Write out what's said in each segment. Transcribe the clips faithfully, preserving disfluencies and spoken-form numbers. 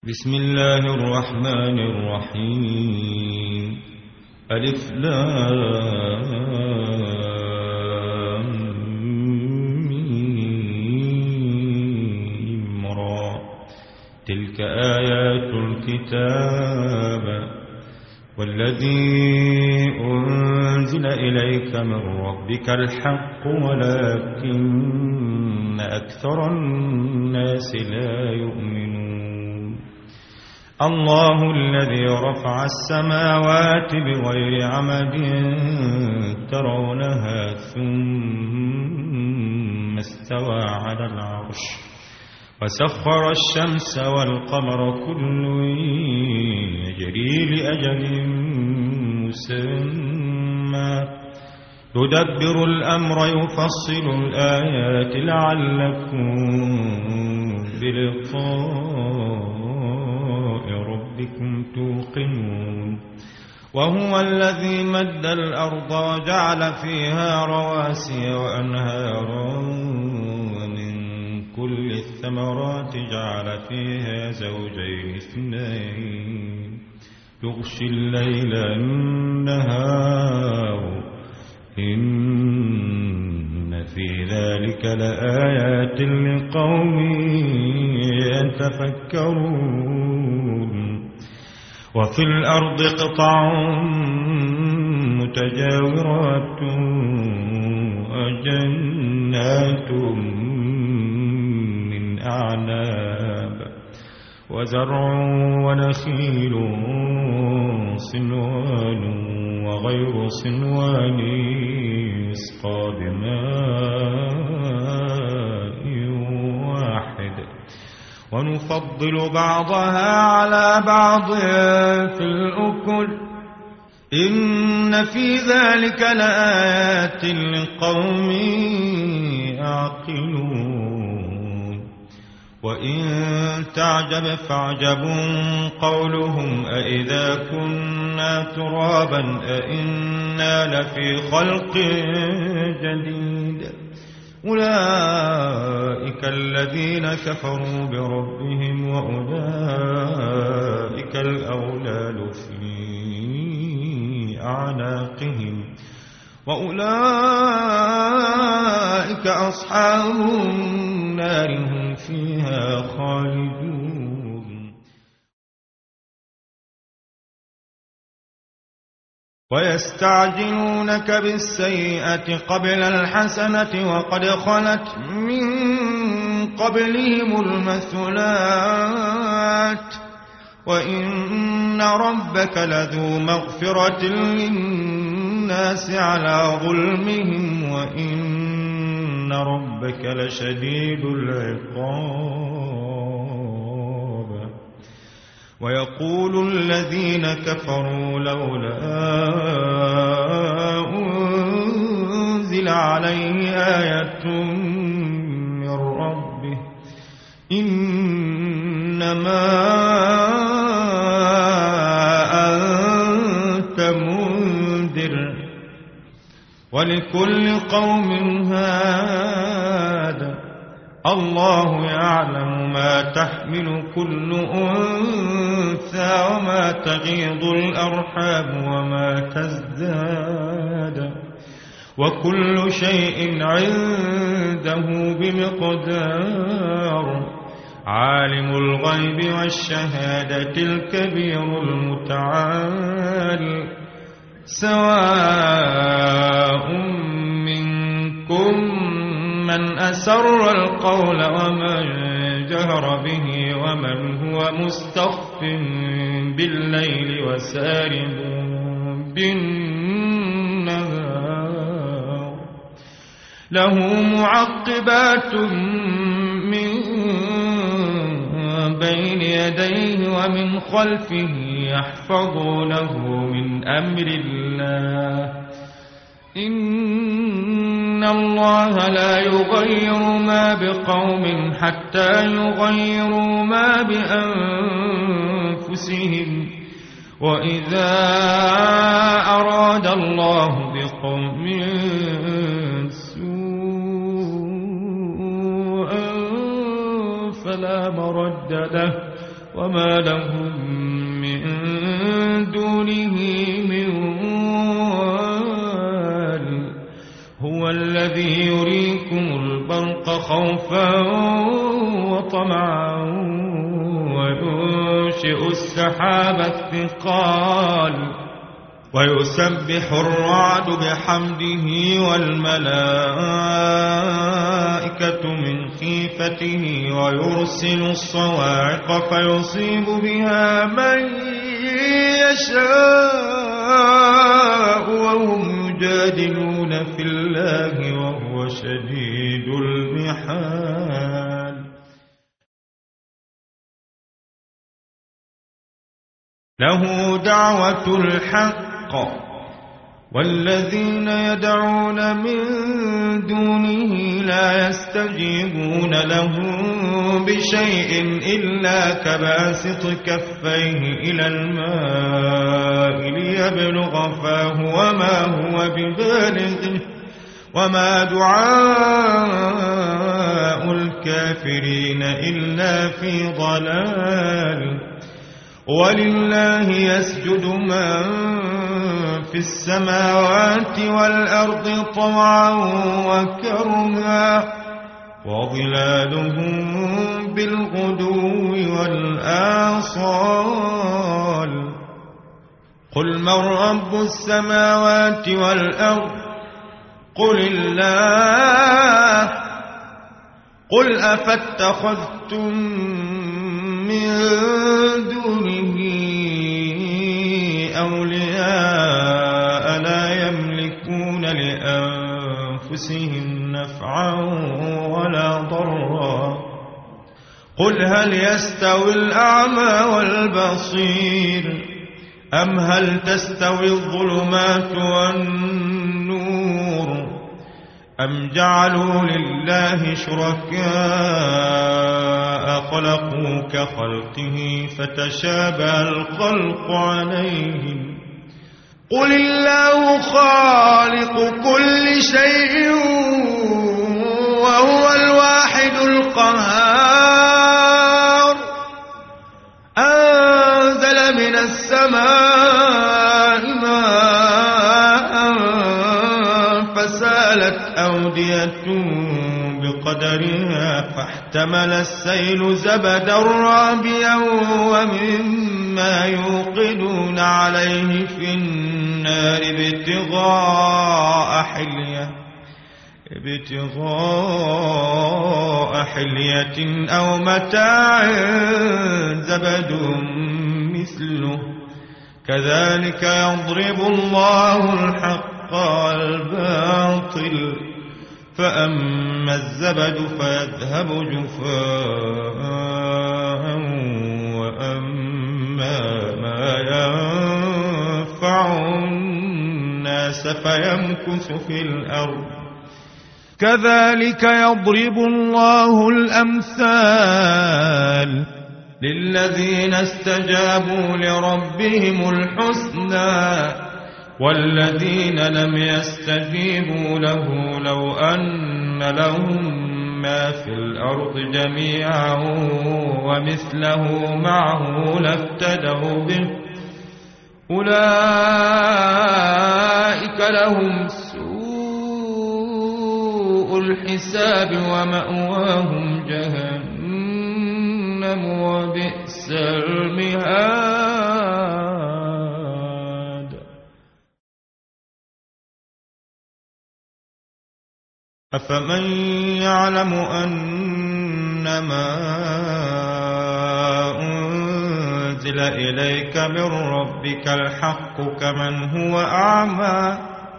بسم الله الرحمن الرحيم. ألف لام ميم را. تلك آيات الكتاب والذي أنزل إليك من ربك الحق ولكن أكثر الناس لا يؤمنون. الله الذي رفع السماوات بغير عمد ترونها ثم استوى على العرش وسخر الشمس والقمر كل يجري لأجل مسمى يدبر الأمر يفصل الآيات لعلكم بلقاء ربكم توقنون. وهو الذي مد الأرض وجعل فيها رواسي وأنهارا ومن كل الثمرات جعل فيها زوجين اثنين يغشي الليل النهار إن في ذلك لآيات لقوم يتفكرون. وفي الأرض قطع متجاورات وجنات من أعناب وزرع ونخيل صنوان وغير صنوان يسقى بماء واحد ونفضل بعضها على بعض في الأكل إن في ذلك لآيات لقوم يعقلون. وإن تعجب فعجب قولهم أإذا كنا ترابا أإنا لفي خلق جديد. أولئك الذين كفروا بربهم وأولئك الأغلال في أعناقهم وأولئك أصحاب النار هم فيها خالدون. ويستعجلونك بالسيئة قبل الحسنة وقد خلت من قبلهم المثلات وإن ربك لذو مغفرة للناس على ظلمهم وإن ربك لشديد العقاب. ويقول الذين كفروا لولا أنزل عليه آية من ربه إنما أنت منذر ولكل قوم هاد. الله يعلم ما تحمل كل أنثى وما تغيض الأرحام وما تزداد وكل شيء عنده بمقدار. عالم الغيب والشهادة الكبير المتعال. سواء منكم من أسر القول ومن جهر به ومن هو مستخف بالليل وسارب بالنهار. له معقبات من بين يديه ومن خلفه يحفظونه من أمر الله. إن الله لا يغير ما بقوم حتى يغيروا ما بأنفسهم وإذا أراد الله بقوم سوءا فلا مرد له وما لهم من دونه من وال. هو الذي يريكم البرق خوفا وطمعا وينشئ السحاب الثقال ويسبح الرعد بحمده والملائكة من خيفته ويرسل الصواعق فيصيب بها من يشاء وهم يجادلون في الله وهو شديد المحال. له دعوة الحق والذين يدعون من دونه لا يستجيبون لهم بشيء إلا كباسط كفيه إلى الماء ليبلغ فاه وما هو ببالغه وما دعاء الكافرين إلا في ضلال. ولله يسجد من في السماوات والأرض طوعا وكرها وظلالهم بالغدو والآصال. قل من رب السماوات والأرض قل الله. قل أفاتخذتم من دونه أولياء لا يملكون لأنفسهم نفعا ولا ضرا. قل هل يستوي الأعمى والبصير أم هل تستوي الظلمات والنور أم جعلوا لله شركاء خلقوا كخلقه فتشابه الخلق عليهم. قل الله خالق كل شيء وهو الواحد القهار. أنزل من السماء ماء فسالت أودية بقدرها فاحتمل السيل زبدا رابيا ومما يوقدون عليه في النار ابتغاء حلية ابتغاء حلية أو متاع زبد مثله كذلك يضرب الله الحق والباطل فأما الزبد فيذهب جفاء وأما ما ينفع الناس فيمكث في الأرض كذلك يضرب الله الأمثال للذين استجابوا لربهم الحسنى والذين لم يستجيبوا له لو أن لهم ما في الأرض جميعا ومثله معه لافتدوا به أولئك لهم سوء الحساب ومأواهم جهنم وبئس المهاد. أفمن يعلم أنما أنزل إليك من ربك الحق كمن هو أعمى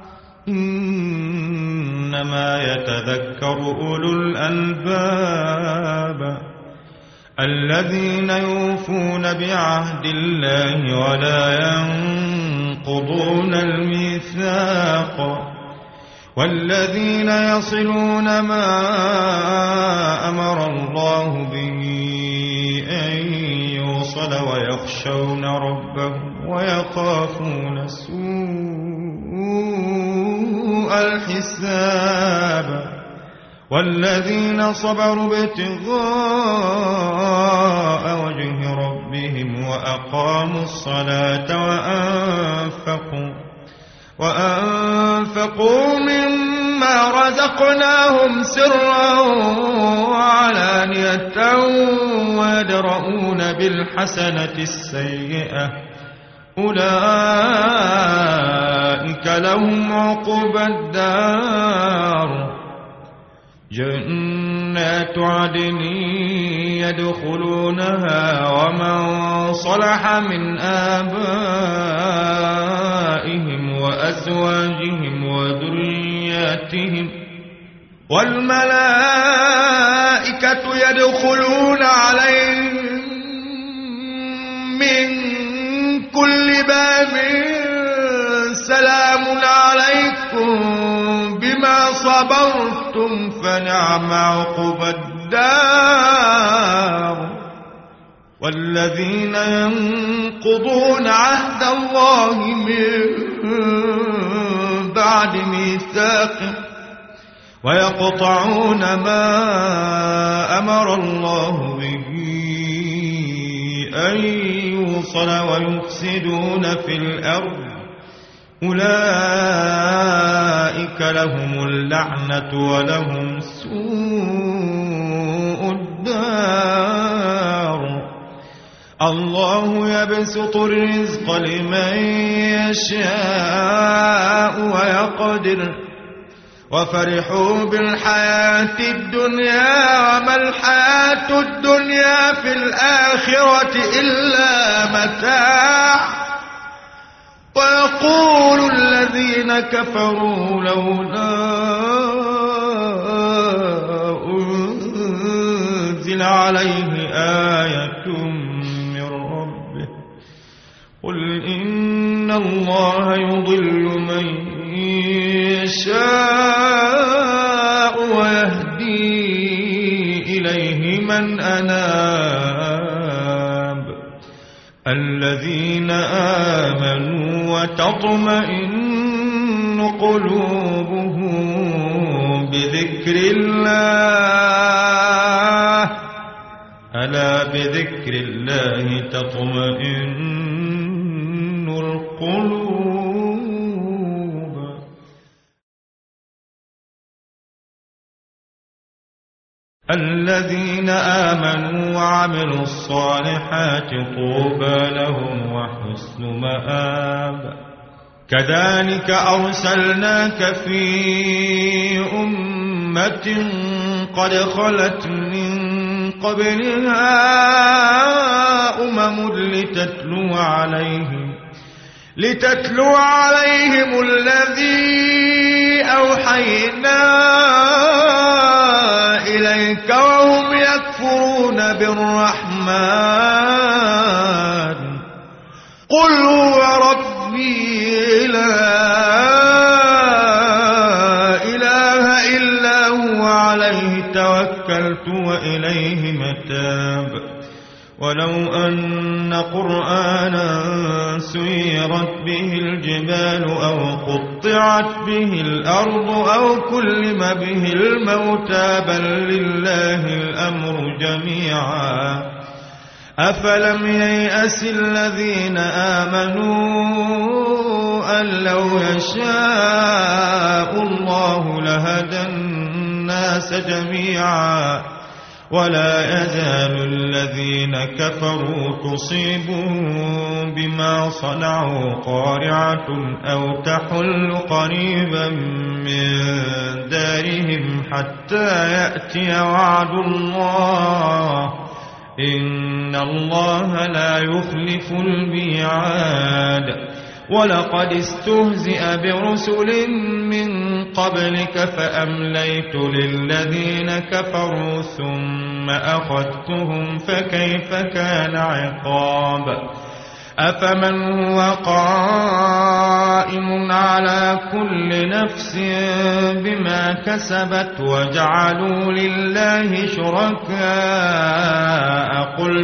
إنما يتذكر أولو الألباب الذين يوفون بعهد الله ولا ينقضون الميثاق والذين يصلون ما أمر الله به أن يوصل ويخشون ربهم ويخافون سوء الحساب والذين صبروا ابتغاء وجه ربهم وأقاموا الصلاة وأنفقوا وأنفقوا مما رزقناهم سرا وعلانية ويدرؤون بالحسنة السيئة أولئك لهم عقبى الدار جنات عدن يدخلونها ومن صلح من آبائهم وأزواجهم وذرياتهم والملائكة يدخلون عليهم من كل باب سلام عليكم بما صبرتم فنعم عقبى الدار والذين ينقضون عهد الله من بعد ميثاقه ويقطعون ما أمر الله به أن يوصل ويفسدون في الأرض أولئك لهم اللعنة ولهم سوء الدار الله يبسط الرزق لمن يشاء ويقدر وفرحوا بالحياة الدنيا وما الحياة الدنيا في الآخرة إلا متاع ويقول الذين كفروا لولا أنزل عليه آية من ربه قل إن الله يضل من يشاء ويهدي إليه من أناب الذين آمنوا وتطمئن قلوبهم بذكر الله ألا بذكر الله تطمئن القلوب الذين آمنوا وعملوا الصالحات طوبى لهم وحسن مآب كذلك أرسلناك في أمة قد خلت من قبلها أمم لتتلو عليهم لتتلو عليهم الذي أوحينا إليك وهم يكفرون بالرحمن قل هو ربي لا إله إلا هو عليه توكلت وإليه متاب ولو أن قرآنا سيرت به الجبال أو قطعت به الأرض أو كلم به الموتى بل لله الأمر جميعا أفلم ييأس الذين آمنوا أن لو يشاء الله لهدى الناس جميعا ولا يزال الذين كفروا تصيبهم بما صنعوا قارعة أو تحل قريبا من دارهم حتى يأتي وعد الله إن الله لا يخلف الميعاد ولقد استهزئ برسل من قبلك فأمليت للذين كفروا ثم أخذتهم فكيف كان عقاب أفمن هو قائم على كل نفس بما كسبت وجعلوا لله شركاء قل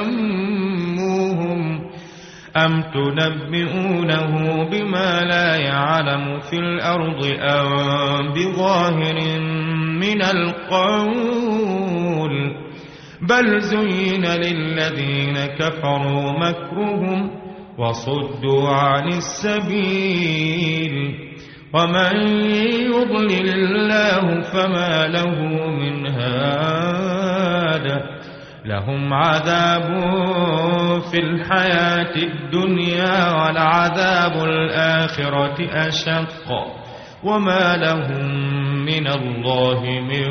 سموهم أم تنبئونه بما لا يعلم في الأرض أم بظاهر من القول بل زين للذين كفروا مكرهم وصدوا عن السبيل ومن يضلل الله فما له من هاد لهم عذاب في الحياة الدنيا ولعذاب الآخرة أشق وما لهم من الله من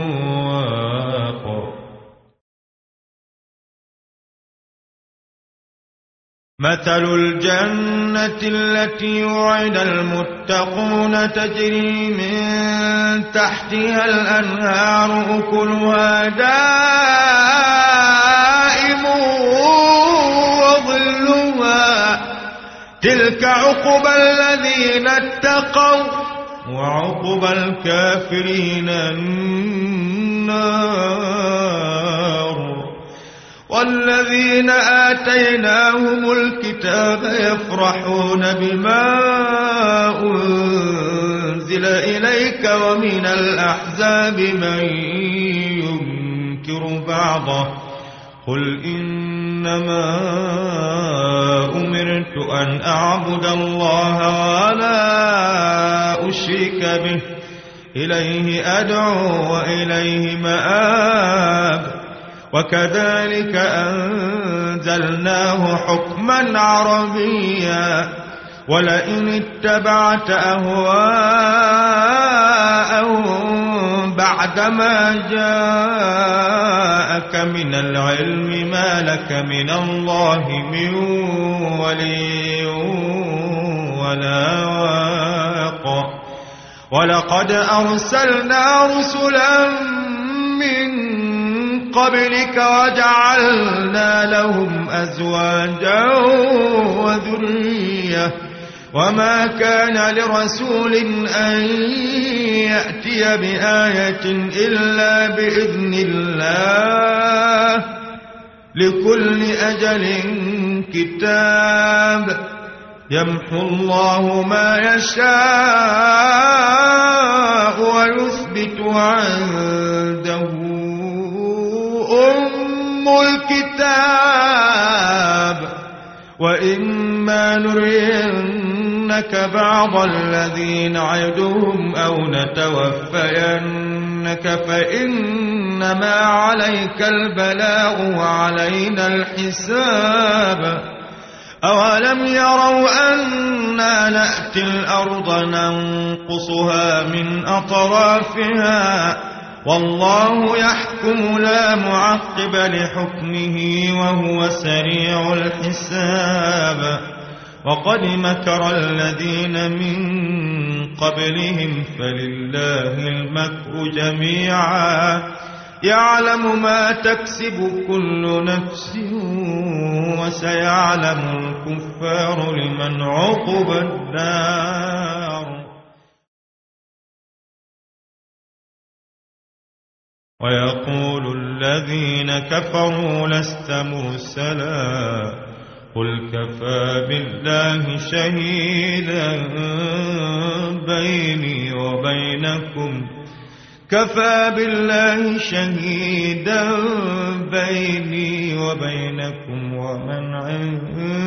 واق. مثل الجنة التي وعد المتقون تجري من تحتها الأنهار أكلها دائم وظلها تلك عقبى الذين اتقوا وعقبى الكافرين النار. والذين آتيناهم الكتاب يفرحون بما أنزل إليك ومن الأحزاب من ينكر بعضه قل إنما أمرت أن أعبد الله ولا أشرك به إليه أدعو وإليه مآب. وكذلك أنزلناه حكما عربيا ولئن اتبعت أهواءهم بعدما جاءك من العلم ما لك من الله من ولي ولا واق. ولقد أرسلنا رسلا من قبلك وجعلنا لهم أزواجا وذرية وما كان لرسول أن يأتي بآية إلا بإذن الله لكل أجل كتاب يمحو الله ما يشاء ويثبت عنده أم الكتاب. وإما نرينك بعض الذين نعدهم أو نتوفينك فإنما عليك البلاغ وعلينا الحساب. أولم يروا أنا نأتي الأرض ننقصها من أطرافها والله يحكم لا معقب لحكمه وهو سريع الحساب. وقد مكر الذين من قبلهم فلله المكر جميعا يعلم ما تكسب كل نفس وسيعلم الكفار لمن عقب الدار. ويقول الذين كفروا لست مرسلا قل كفى بالله شهيدا بيني وبينكم كفى بالله شهيدا بيني وبينكم ومن عنده